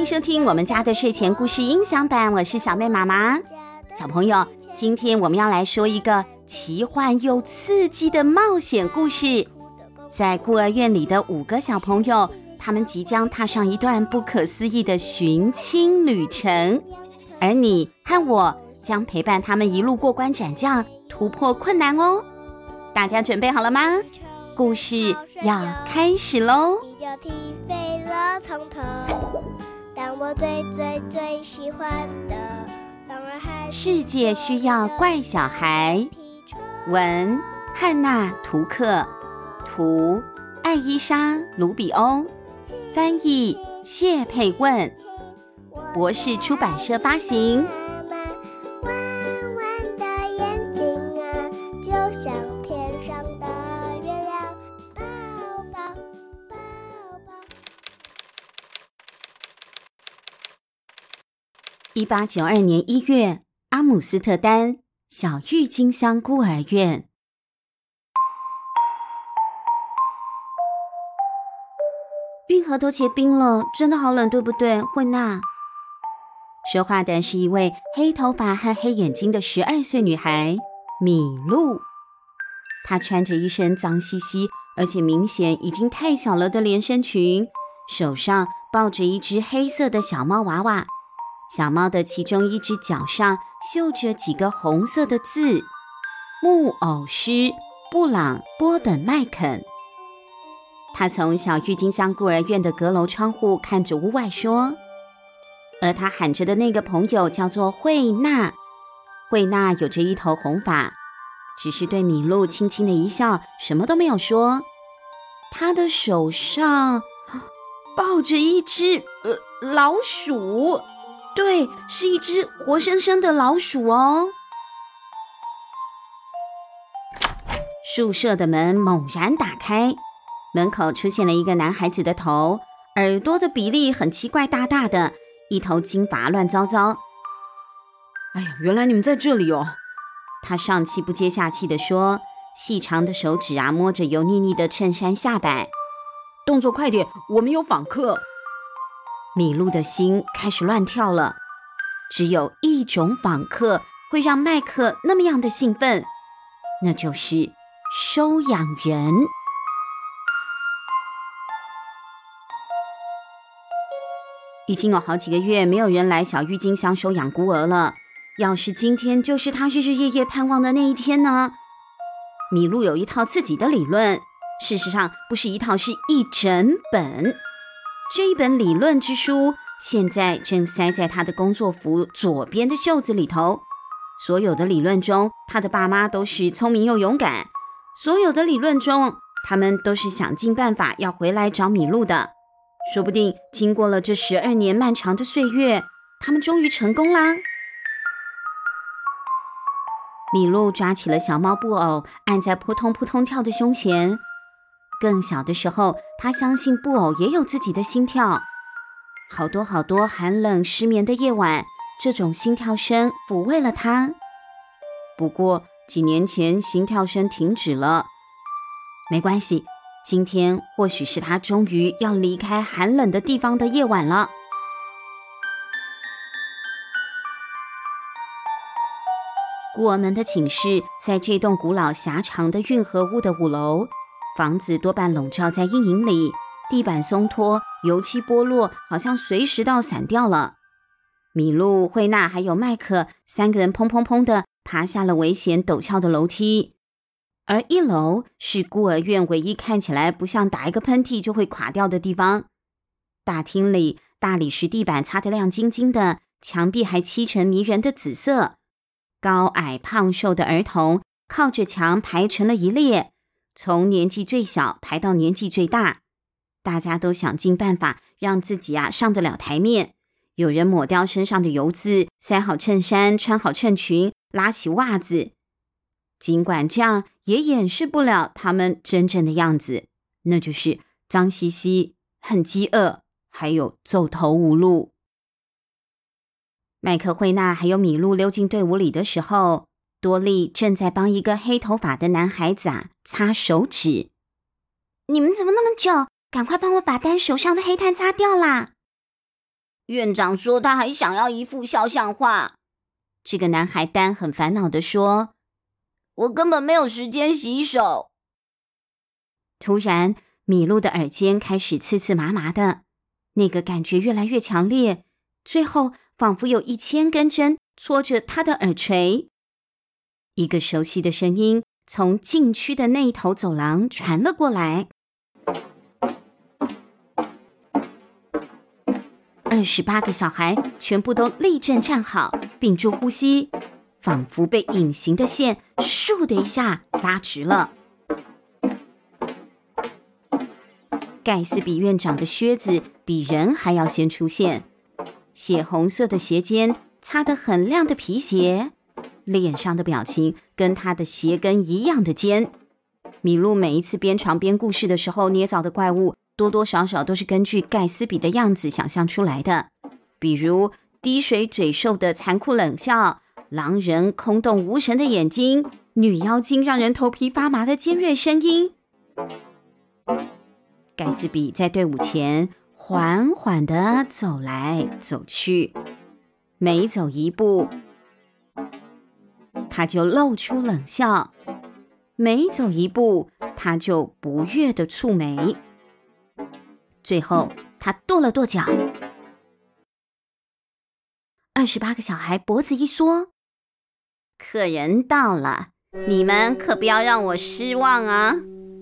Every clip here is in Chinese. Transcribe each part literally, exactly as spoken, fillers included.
迎收听我们家的睡前故事音享版，我是小妹妈妈。小朋友，今天我们要来说一个奇幻又刺激的冒险故事。在孤儿院里的五个小朋友，他们即将踏上一段不可思议的寻亲旅程，而你和我将陪伴他们一路过关斩将，突破困难哦。大家准备好了吗？故事要开始咯。 你就踢飞了从头，但我最最最喜欢的当然还是世界需要怪小孩。文汉娜·图克，图艾伊莎·卢比欧，翻译谢佩问，博士出版社发行。 弯弯的眼睛啊，就像天上的月亮，抱抱抱抱。 一八九二年一月，阿姆斯特丹小郁金香孤儿院。运河都结冰了，真的好冷，对不对，惠娜？说话的是一位黑头发和黑眼睛的十二岁女孩米露。她穿着一身脏兮兮而且明显已经太小了的连身裙，手上抱着一只黑色的小猫娃娃，小猫的其中一只脚上绣着几个红色的字：木偶师布朗波本麦肯。他从小郁金香孤儿院的阁楼窗户看着屋外说，而他喊着的那个朋友叫做惠娜。惠娜有着一头红发，只是对米露轻轻的一笑，什么都没有说。他的手上抱着一只、呃、老鼠，对，是一只活生生的老鼠哦。宿舍的门猛然打开，门口出现了一个男孩子的头，耳朵的比例很奇怪，大大的，一头金发乱糟糟。 哎呀，原来你们在这里哦！ 他上气不接下气地说，细长的手指啊摸着油腻腻的衬衫下摆。 动作快点，我们有访客！ 米露的心开始乱跳了。只有一种访客会让麦克那么样的兴奋，那就是收养人。已经有好几个月没有人来小郁金香收养孤儿了，要是今天就是他日日夜夜盼望的那一天呢？米露有一套自己的理论，事实上不是一套，是一整本。这一本理论之书现在正塞在他的工作服左边的袖子里头。所有的理论中，他的爸妈都是聪明又勇敢，所有的理论中，他们都是想尽办法要回来找米露的。说不定经过了这十二年漫长的岁月，他们终于成功啦。米露抓起了小猫布偶，按在扑通扑通跳的胸前。更小的时候，他相信布偶也有自己的心跳。好多好多寒冷失眠的夜晚，这种心跳声抚慰了他。不过几年前心跳声停止了，没关系，今天或许是他终于要离开寒冷的地方的夜晚了。孤儿们的寝室在这栋古老狭长的运河屋的五楼，房子多半笼罩在阴影里，地板松脱，油漆剥落，好像随时都要散掉了。米露、惠娜还有麦克三个人砰砰砰的爬下了危险陡峭的楼梯。而一楼是孤儿院唯一看起来不像打一个喷嚏就会垮掉的地方。大厅里大理石地板擦得亮晶晶的，墙壁还漆成迷人的紫色。高矮胖瘦的儿童靠着墙排成了一列，从年纪最小排到年纪最大。大家都想尽办法让自己啊上得了台面。有人抹掉身上的油渍，塞好衬衫，穿好衬裙，拉起袜子。尽管这样也掩饰不了他们真正的样子，那就是脏兮兮、很饥饿，还有走投无路。麦克、惠娜还有米露溜进队伍里的时候，多莉正在帮一个黑头发的男孩子啊擦手指。 你们怎么那么久？赶快帮我把丹手上的黑炭擦掉啦！ 院长说他还想要一幅肖像画。这个男孩丹很烦恼地说，我根本没有时间洗手。突然，米露的耳尖开始刺刺麻麻的，那个感觉越来越强烈，最后仿佛有一千根针戳着他的耳垂。一个熟悉的声音从禁区的那一头走廊传了过来。二十八个小孩全部都立正站好，屏住呼吸，仿佛被隐形的线倏的一下拉直了。盖斯比院长的靴子比人还要先出现，血红色的鞋尖擦得很亮的皮鞋，脸上的表情跟他的鞋跟一样的尖。米露每一次边床边故事的时候捏造的怪物，多多少少都是根据盖斯比的样子想象出来的，比如滴水嘴兽的残酷冷笑，狼人空洞无神的眼睛，女妖精让人头皮发麻的尖锐声音。盖斯比在队伍前缓缓地走来走去，每走一步他就露出冷笑，每走一步他就不悦地蹙眉，最后他跺了跺脚。二十八个小孩脖子一缩，客人到了，你们可不要让我失望啊！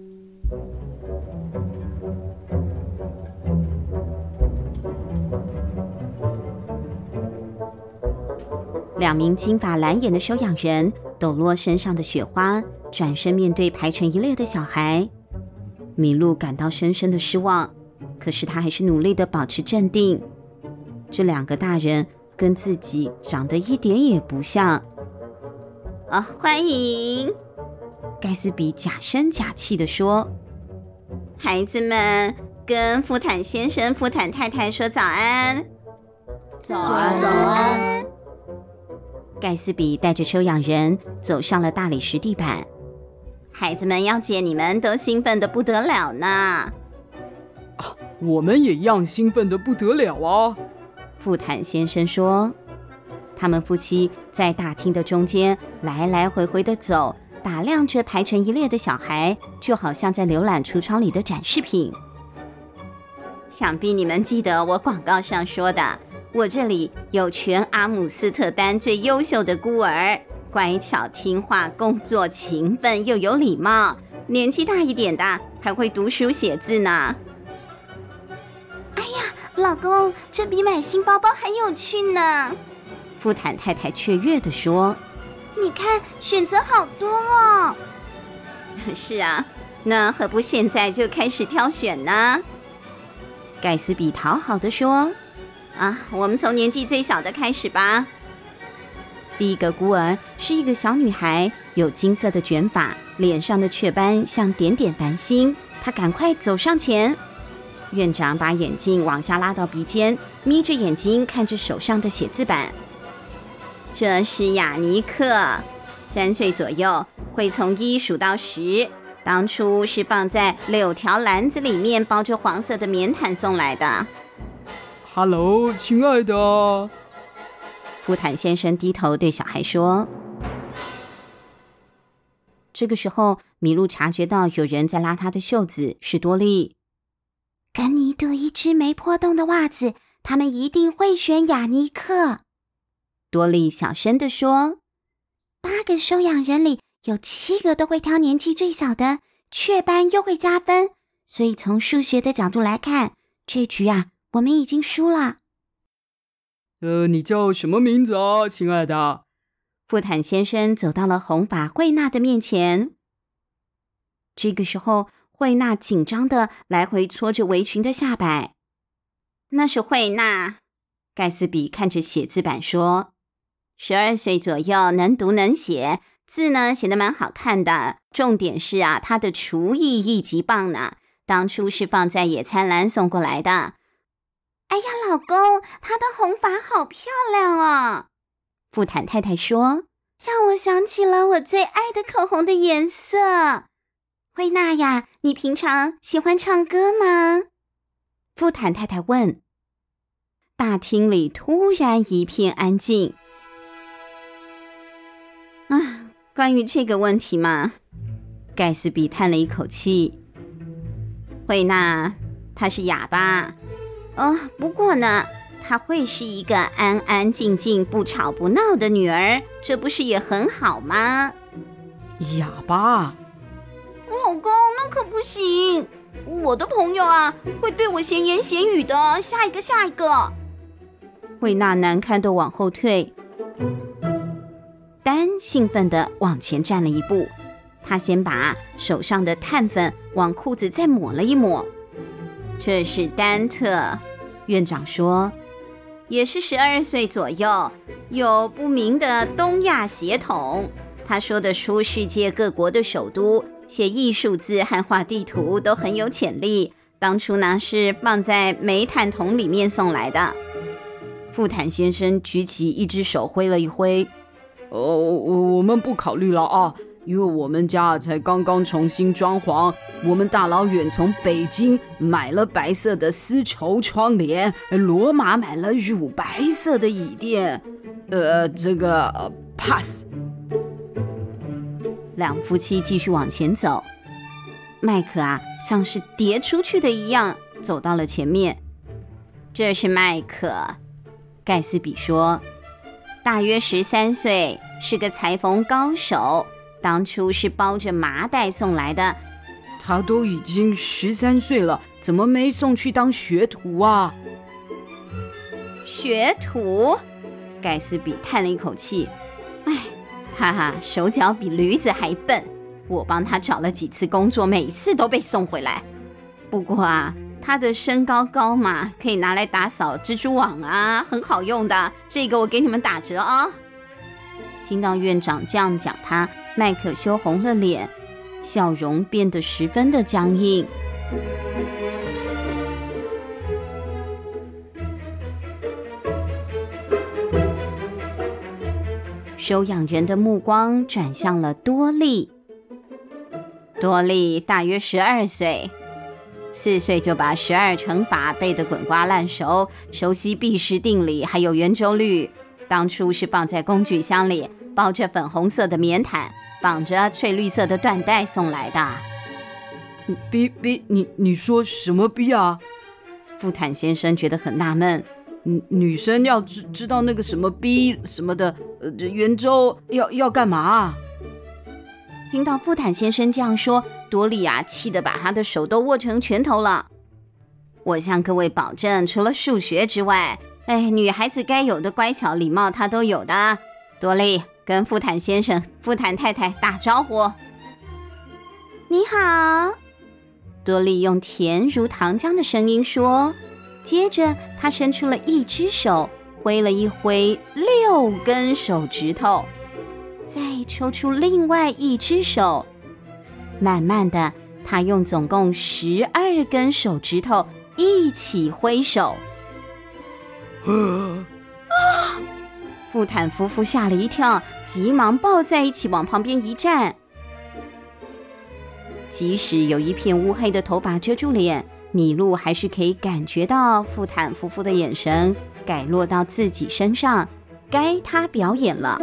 两名金发蓝眼的收养人抖落身上的雪花，转身面对排成一列的小孩。米露感到深深的失望，可是他还是努力地保持镇定。这两个大人跟自己长得一点也不像。啊，欢迎！盖斯比假声假气地说：“孩子们，跟福坦先生、福坦太太说早安。” 早安，早安。 盖斯比带着收养人走上了大理石地板，孩子们要见你们都兴奋得不得了呢。 啊，我们也一样兴奋得不得了啊！ 富坦先生说。他们夫妻在大厅的中间来来回回地走，打量着排成一列的小孩，就好像在浏览橱窗里的展示品。想必你们记得我广告上说的，我这里有全阿姆斯特丹最优秀的孤儿，乖巧听话，工作勤奋又有礼貌，年纪大一点的还会读书写字呢。 哎呀，老公，这比买新包包还有趣呢！ 富坦太太雀跃地说：“ 你看，选择好多哦。” 是啊，那何不现在就开始挑选呢？盖斯比讨好地说：“啊，我们从年纪最小的开始吧。”第一个孤儿是一个小女孩，有金色的卷发，脸上的雀斑像点点繁星。她赶快走上前，院长把眼镜往下拉到鼻尖，眯着眼睛看着手上的写字板。这是雅尼克，三岁左右，会从一数到十。当初是放在柳条篮子里面，包着黄色的棉毯送来的。 Hello， 亲爱的。 富坦先生低头对小孩说。这个时候，米露察觉到有人在拉他的袖子，是多莉。 跟你赌一只没破洞的袜子，他们一定会选雅尼克。 多莉小声地说：“ 八个收养人里有七个都会挑年纪最小的，雀斑又会加分，所以从数学的角度来看，这局啊，我们已经输了。” 呃，你叫什么名字啊，亲爱的？ 富坦先生走到了红发惠娜的面前。这个时候，惠娜紧张地来回搓着围裙的下摆。那是惠娜。盖斯比看着写字板说：“十二岁左右，能读能写，字呢写得蛮好看的。重点是啊，她的厨艺一级棒呢，当初是放在野餐篮送过来的。” 哎呀，老公，她的红发好漂亮哦！ 富坦太太说：“ 让我想起了我最爱的口红的颜色。”惠娜呀，你平常喜欢唱歌吗？ 富坦太太问。 大厅里突然一片安静。啊，关于这个问题嘛，盖斯比叹了一口气。惠娜，她是哑巴。哦，不过呢，她会是一个安安静静、不吵不闹的女儿，这不是也很好吗？ 哑巴？ 老公，那可不行。我的朋友啊，会对我闲言闲语的。下一个，下一个。 惠娜难堪的往后退。丹兴奋地往前站了一步，他先把手上的炭粉往裤子再抹了一抹。这是丹特，院长说，也是十二岁左右，有不明的东亚血统。他说的出世界各国的首都，写艺术字和画地图都很有潜力。当初呢是放在煤炭桶里面送来的。富坦先生举起一只手挥了一挥， 哦，我们不考虑了啊，因为我们家才刚刚重新装潢，我们大老远从北京买了白色的丝绸窗帘，罗马买了乳白色的椅垫，呃，这个、呃、pass。 两夫妻继续往前走，麦克啊，像是跌出去的一样，走到了前面。这是麦克，盖斯比说，大约十三岁，是个裁缝高手，当初是包着麻袋送来的。 他都已经十三岁了，怎么没送去当学徒啊？ 学徒？盖斯比叹了一口气，哎，哈哈，手脚比驴子还笨。我帮他找了几次工作，每次都被送回来。不过啊，他的身高高嘛，可以拿来打扫蜘蛛网啊，很好用的。这个我给你们打折啊！听到院长这样讲他，麦克羞红了脸，笑容变得十分的僵硬。收养人的目光转向了多莉。多莉大约十二岁，四岁就把十二乘法背得滚瓜烂熟，熟悉毕氏定理还有圆周率。当初是放在工具箱里，包着粉红色的棉毯，绑着翠绿色的缎带送来的。 逼逼，你你说什么逼啊？ 富坦先生觉得很纳闷。 女生要知知道那个什么逼什么的，呃，这圆周要要干嘛啊？ 听到富坦先生这样说，多莉啊气得把他的手都握成拳头了。我向各位保证，除了数学之外，哎，女孩子该有的乖巧礼貌她都有的。多莉，跟富坦先生、富坦太太打招呼。 你好。 多莉用甜如糖浆的声音说，接着她伸出了一只手，挥了一挥六根手指头，再抽出另外一只手，慢慢的，她用总共十二根手指头一起挥手。啊！富坦夫妇吓了一跳，急忙抱在一起往旁边一站。即使有一片乌黑的头发遮住脸，米露还是可以感觉到富坦夫妇的眼神改落到自己身上，该他表演了。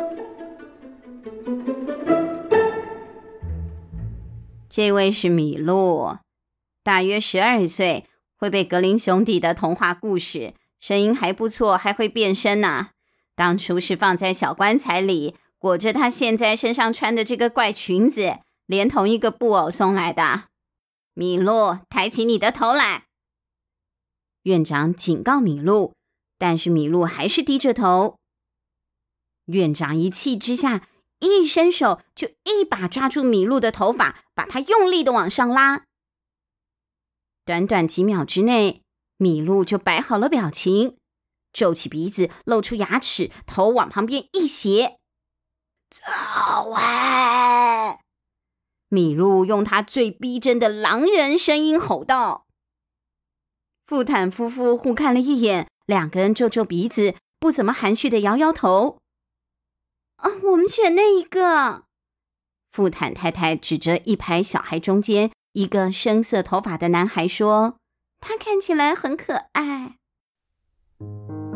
这位是米露，大约十二岁，会背格林兄弟的童话故事，声音还不错，还会变声呢。当初是放在小棺材里，裹着他现在身上穿的这个怪裙子，连同一个布偶送来的。米露，抬起你的头来！院长警告米露，但是米露还是低着头。院长一气之下，一伸手就一把抓住米露的头发，把她用力的往上拉。短短几秒之内，米露就摆好了表情，皱起鼻子，露出牙齿，头往旁边一斜。走啊！米露用她最逼真的狼人声音吼道。富坦夫妇互看了一眼，两个人皱皱鼻子，不怎么含蓄的摇摇头。啊，我们选那一个。富坦太太指着一排小孩中间一个深色头发的男孩说，他看起来很可爱。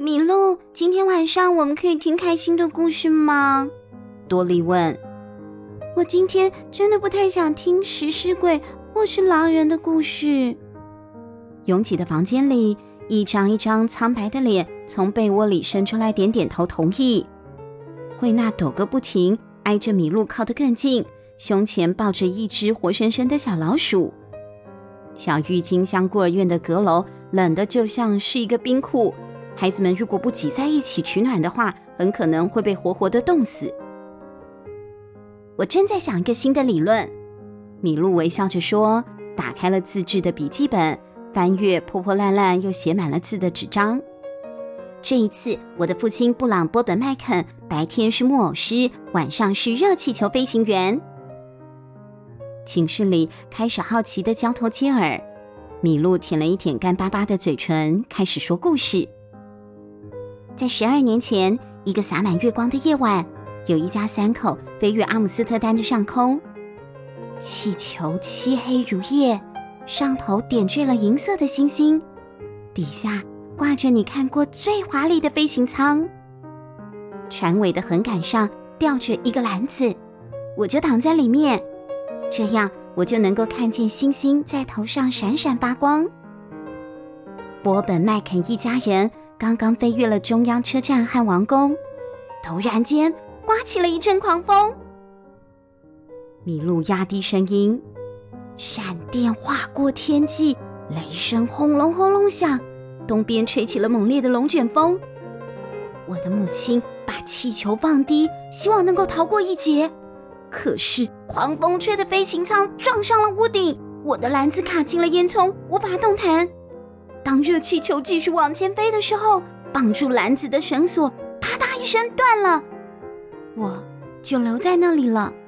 米露，今天晚上我们可以听开心的故事吗？ 多莉问。 我今天真的不太想听食尸鬼或是狼人的故事。 拥挤的房间里，一张一张苍白的脸从被窝里伸出来，点点头同意。惠娜抖个不停，挨着米露靠得更近，胸前抱着一只活生生的小老鼠。小郁金香孤儿院的阁楼冷得就像是一个冰库，孩子们如果不挤在一起取暖的话，很可能会被活活的冻死。 我正在想一个新的理论， 米露微笑着说，打开了自制的笔记本，翻阅破破烂烂又写满了字的纸张。 这一次，我的父亲布朗波本麦肯白天是木偶师，晚上是热气球飞行员。 寝室里开始好奇的交头接耳，米露舔了一舔干巴巴的嘴唇，开始说故事。 在十二年前，一个洒满月光的夜晚，有一家三口飞越阿姆斯特丹的上空，气球漆黑如夜，上头点缀了银色的星星，底下挂着你看过最华丽的飞行舱。船尾的横杆上吊着一个篮子，我就躺在里面，这样我就能够看见星星在头上闪闪发光。波本麦肯一家人刚刚飞越了中央车站和王宫，突然间刮起了一阵狂风。 米露压低声音， 闪电划过天际，雷声轰隆轰隆响，东边吹起了猛烈的龙卷风。我的母亲把气球放低，希望能够逃过一劫，可是狂风吹的飞行舱撞上了屋顶，我的篮子卡进了烟囱，无法动弹。当热气球继续往前飞的时候，绑住篮子的绳索啪嗒一声断了，我就留在那里了。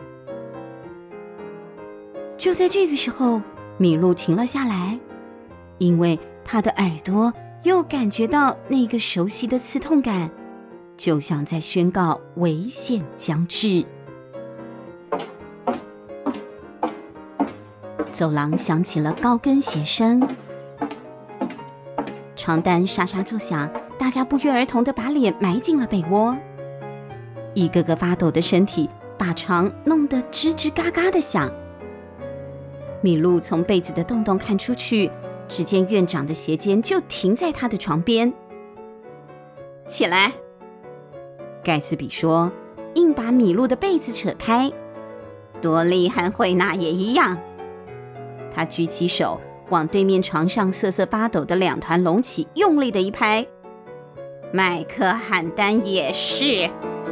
就在这个时候，米露停了下来，因为她的耳朵又感觉到那个熟悉的刺痛感，就像在宣告危险将至。走廊响起了高跟鞋声，床单沙沙作响，大家不约而同地把脸埋进了被窝，一个个发抖的身体把床弄得吱吱嘎嘎地响。米露从被子的洞洞看出去，只见院长的鞋尖就停在他的床边。起来，盖茨比说，硬把米露的被子扯开。多莉和惠娜也一样。他举起手，往对面床上瑟瑟发抖的两团隆起用力的一拍。麦克汉丹也是。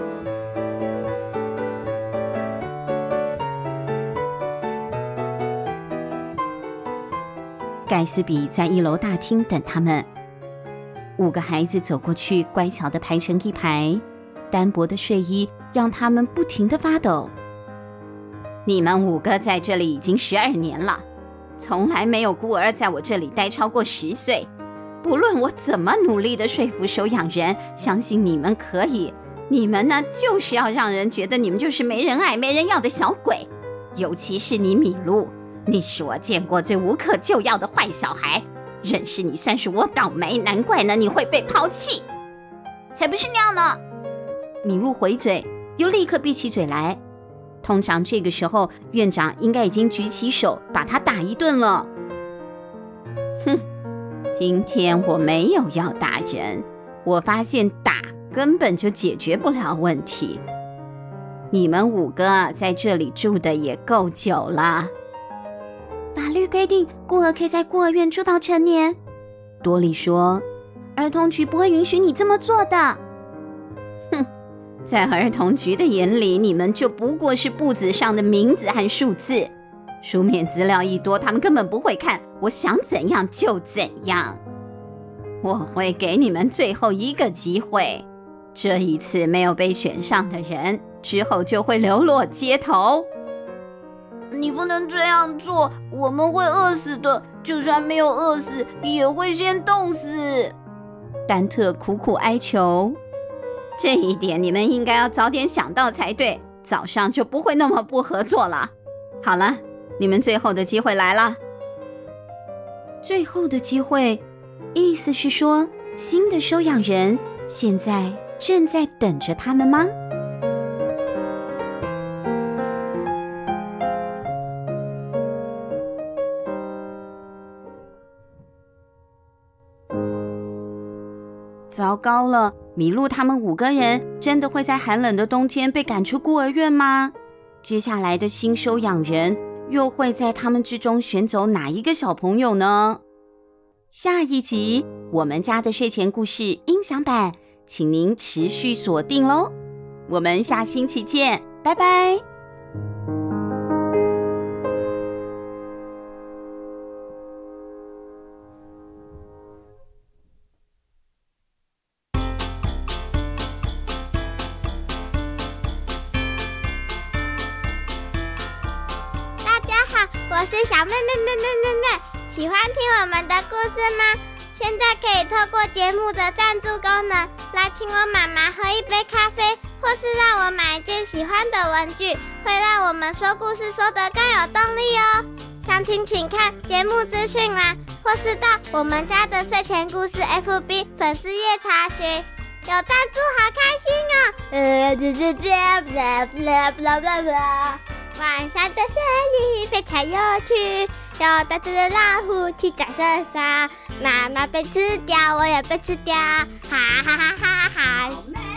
盖斯比在一楼大厅等他们。五个孩子走过去，乖巧地排成一排，单薄的睡衣让他们不停地发抖。你们五个在这里已经十二年了，从来没有孤儿在我这里待超过十岁。不论我怎么努力地说服收养人，相信你们可以，你们呢，就是要让人觉得你们就是没人爱、没人要的小鬼。尤其是你米露，你是我见过最无可救药的坏小孩。认识你算是我倒霉，难怪呢你会被抛弃。才不是那样呢！米露回嘴，又立刻闭起嘴来。通常这个时候，院长应该已经举起手把他打一顿了。哼，今天我没有要打人，我发现打根本就解决不了问题。你们五个在这里住的也够久了。 法律规定，孤儿可以在孤儿院住到成年。 多莉说， 儿童局不会允许你这么做的。 哼，在儿童局的眼里，你们就不过是簿子上的名字和数字，书面资料一多，他们根本不会看，我想怎样就怎样。我会给你们最后一个机会，这一次没有被选上的人，之后就会流落街头。 你不能这样做，我们会饿死的，就算没有饿死，也会先冻死。 丹特苦苦哀求，这一点你们应该要早点想到才对，早上就不会那么不合作了。好了，你们最后的机会来了。最后的机会，意思是说， 新的收养人现在正在等着他们吗？糟糕了，麋鹿他们五个人真的会在寒冷的冬天被赶出孤儿院吗？接下来的新收养人又会在他们之中选走哪一个小朋友呢？下一集我们家的睡前故事音响版，请您持续锁定咯。我们下星期见，拜拜。 我是小妹妹妹妹妹妹，喜欢听我们的故事吗？现在可以透过节目的赞助功能来请我妈妈喝一杯咖啡，或是让我买一件喜欢的文具，会让我们说故事说得更有动力哦。详情请看节目资讯栏，或是到我们家的睡前故事 F B 粉丝页查询。有赞助好开心哦！呃，这这这，blah blah blah blah blah。晚上的森林非常有趣，有大只的老虎骑在身上，妈妈被吃掉，我也被吃掉，哈哈哈哈哈哈。